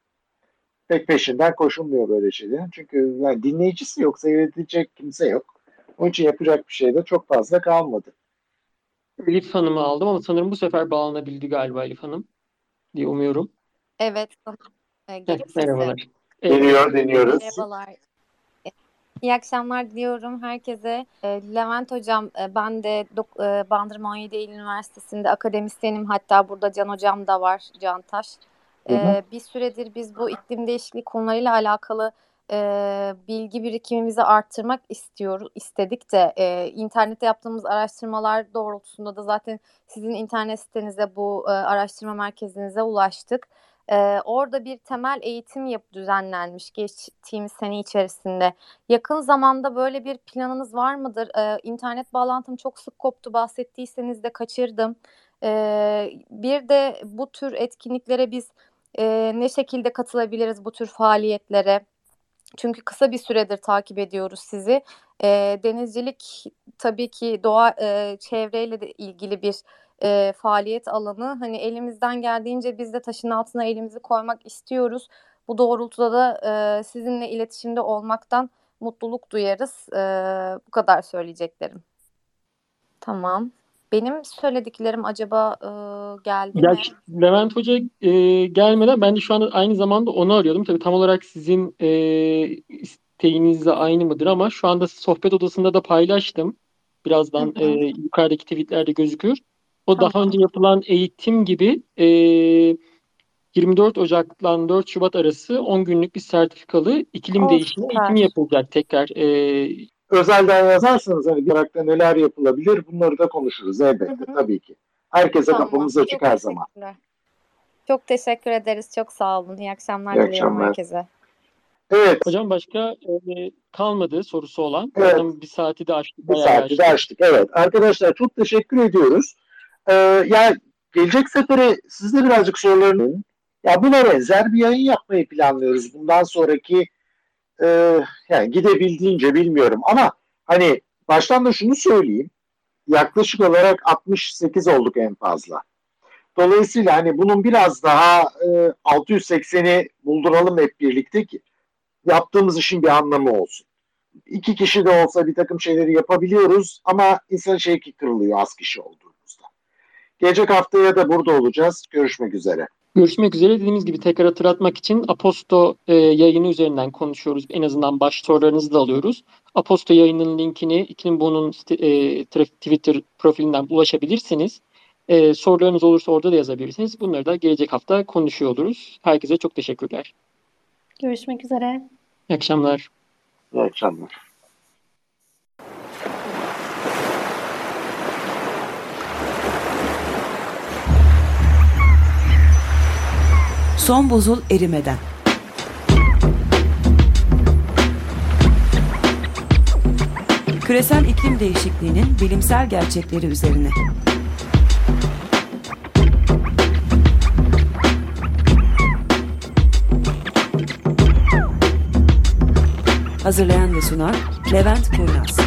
pek peşinden koşulmuyor böyle şeylerin. Çünkü yani dinleyicisi yok, seyredecek kimse yok. Onun için yapacak bir şey de çok fazla kalmadı. Elif Hanım'ı aldım ama sanırım bu sefer bağlanabildi galiba Elif Hanım diye umuyorum. Evet. E, Heh, geliyor sesim. merhabalar. Deniyor, deniyoruz. Merhabalar. E, İyi akşamlar diliyorum herkese. E, Levent Hocam, e, ben de dok- e, Bandırma on yedi Eylül Üniversitesi'nde akademisyenim. Hatta burada Can Hocam da var, Can Taş. Hı hı. E, bir süredir biz bu iklim değişikliği konularıyla alakalı e, bilgi birikimimizi arttırmak istiyoruz, istedik de e, internette yaptığımız araştırmalar doğrultusunda da zaten sizin internet sitenize, bu e, araştırma merkezinize ulaştık. Ee, orada bir temel eğitim yap düzenlenmiş geçtiğimiz sene içerisinde. Yakın zamanda böyle bir planınız var mıdır? Ee, internet bağlantım çok sık koptu, bahsettiyseniz de kaçırdım. Ee, bir de bu tür etkinliklere biz e, ne şekilde katılabiliriz, bu tür faaliyetlere? Çünkü kısa bir süredir takip ediyoruz sizi. E, denizcilik tabii ki doğa, e, çevreyle de ilgili bir e, faaliyet alanı. Hani elimizden geldiğince biz de taşın altına elimizi koymak istiyoruz. Bu doğrultuda da e, sizinle iletişimde olmaktan mutluluk duyarız. E, bu kadar söyleyeceklerim. Tamam. Benim söylediklerim acaba e, geldi Ya mi? Levent Hoca e, gelmeden ben de şu anda aynı zamanda onu arıyordum. Tabii tam olarak sizin e, isteğinizle aynı mıdır ama şu anda sohbet odasında da paylaştım. Birazdan Hı hı. e, yukarıdaki tweetlerde gözükür. O daha Tamam. önce yapılan eğitim gibi e, yirmi dört Ocak'tan dört Şubat arası on günlük bir sertifikalı iklim O değişimi eğitimi süper. yapılacak tekrar. E, Özelden yazarsanız hani bir olarak da neler yapılabilir bunları da konuşuruz Hı elbette hı. tabii ki. Herkese Tamam. kapımız açık Çok her zaman. teşekkürler. Çok teşekkür ederiz. Çok sağ olun. İyi akşamlar İyi diliyorum akşamlar. herkese. Evet, hocam başka e, kalmadı sorusu olan. evet. Zaten bir saati de açtık, Bir bayağı saati de açtık. açtık. Evet arkadaşlar çok teşekkür ediyoruz. Ee, yani gelecek sefere siz de birazcık sorularını ya buna benzer bir yayın yapmayı planlıyoruz. Bundan sonraki e, yani gidebildiğince bilmiyorum ama hani baştan da şunu söyleyeyim. Yaklaşık olarak altmış sekiz olduk en fazla. Dolayısıyla hani bunun biraz daha e, altı yüz sekseni bulduralım hep birlikte ki yaptığımız işin bir anlamı olsun. İki kişi de olsa bir takım şeyleri yapabiliyoruz ama insan şey kırılıyor az kişi olduğumuzda. Gelecek haftaya da burada olacağız. Görüşmek üzere. Görüşmek üzere. Dediğimiz gibi tekrar hatırlatmak için Aposto e, yayını üzerinden konuşuyoruz. En azından baş sorularınızı da alıyoruz. Aposto yayının linkini İklimbu'nun e, Twitter profilinden ulaşabilirsiniz. E, sorularınız olursa orada da yazabilirsiniz. Bunları da gelecek hafta konuşuyor oluruz. Herkese çok teşekkürler. Görüşmek üzere. İyi akşamlar. İyi akşamlar. Son buzul erimeden. Küresel iklim değişikliğinin bilimsel gerçekleri üzerine. Hazırlayan ve sunan Levent Kurnaz.